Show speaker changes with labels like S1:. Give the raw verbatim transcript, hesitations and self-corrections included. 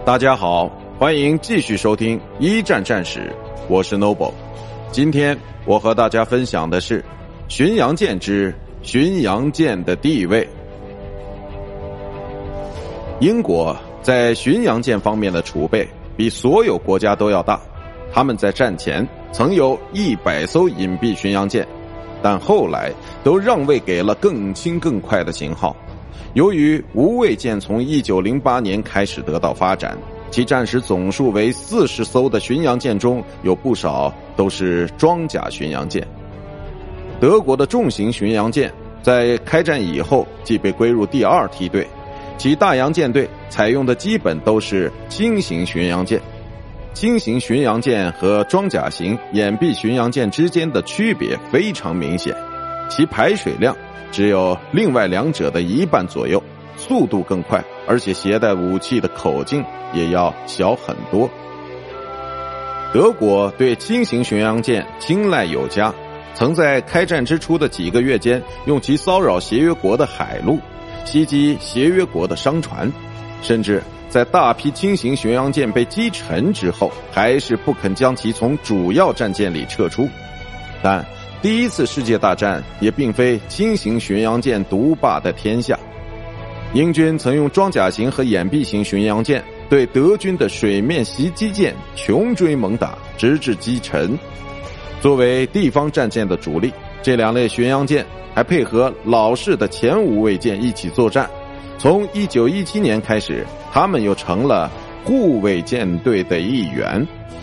S1: 大家好，欢迎继续收听一战战史，我是 Noble。 今天我和大家分享的是巡洋舰之巡洋舰的地位。英国在巡洋舰方面的储备比所有国家都要大，他们在战前曾有一百艘隐蔽巡洋舰，但后来都让位给了更轻更快的型号。由于无畏舰从一九零八年开始得到发展，其战时总数为四十艘的巡洋舰中有不少都是装甲巡洋舰。德国的重型巡洋舰在开战以后即被归入第二梯队，其大洋舰队采用的基本都是轻型巡洋舰。轻型巡洋舰和装甲型掩蔽巡洋舰之间的区别非常明显，其排水量只有另外两者的一半左右，速度更快，而且携带武器的口径也要小很多。德国对轻型巡洋舰青睐有加，曾在开战之初的几个月间用其骚扰协约国的海路，袭击协约国的商船，甚至在大批轻型巡洋舰被击沉之后，还是不肯将其从主要战舰里撤出。但第一次世界大战也并非轻型巡洋舰独霸的天下，英军曾用装甲型和掩蔽型巡洋舰对德军的水面袭击舰穷追猛打，直至击沉。作为地方战舰的主力，这两类巡洋舰还配合老式的前无畏舰一起作战。从一九一七年开始，他们又成了护卫舰队的一员。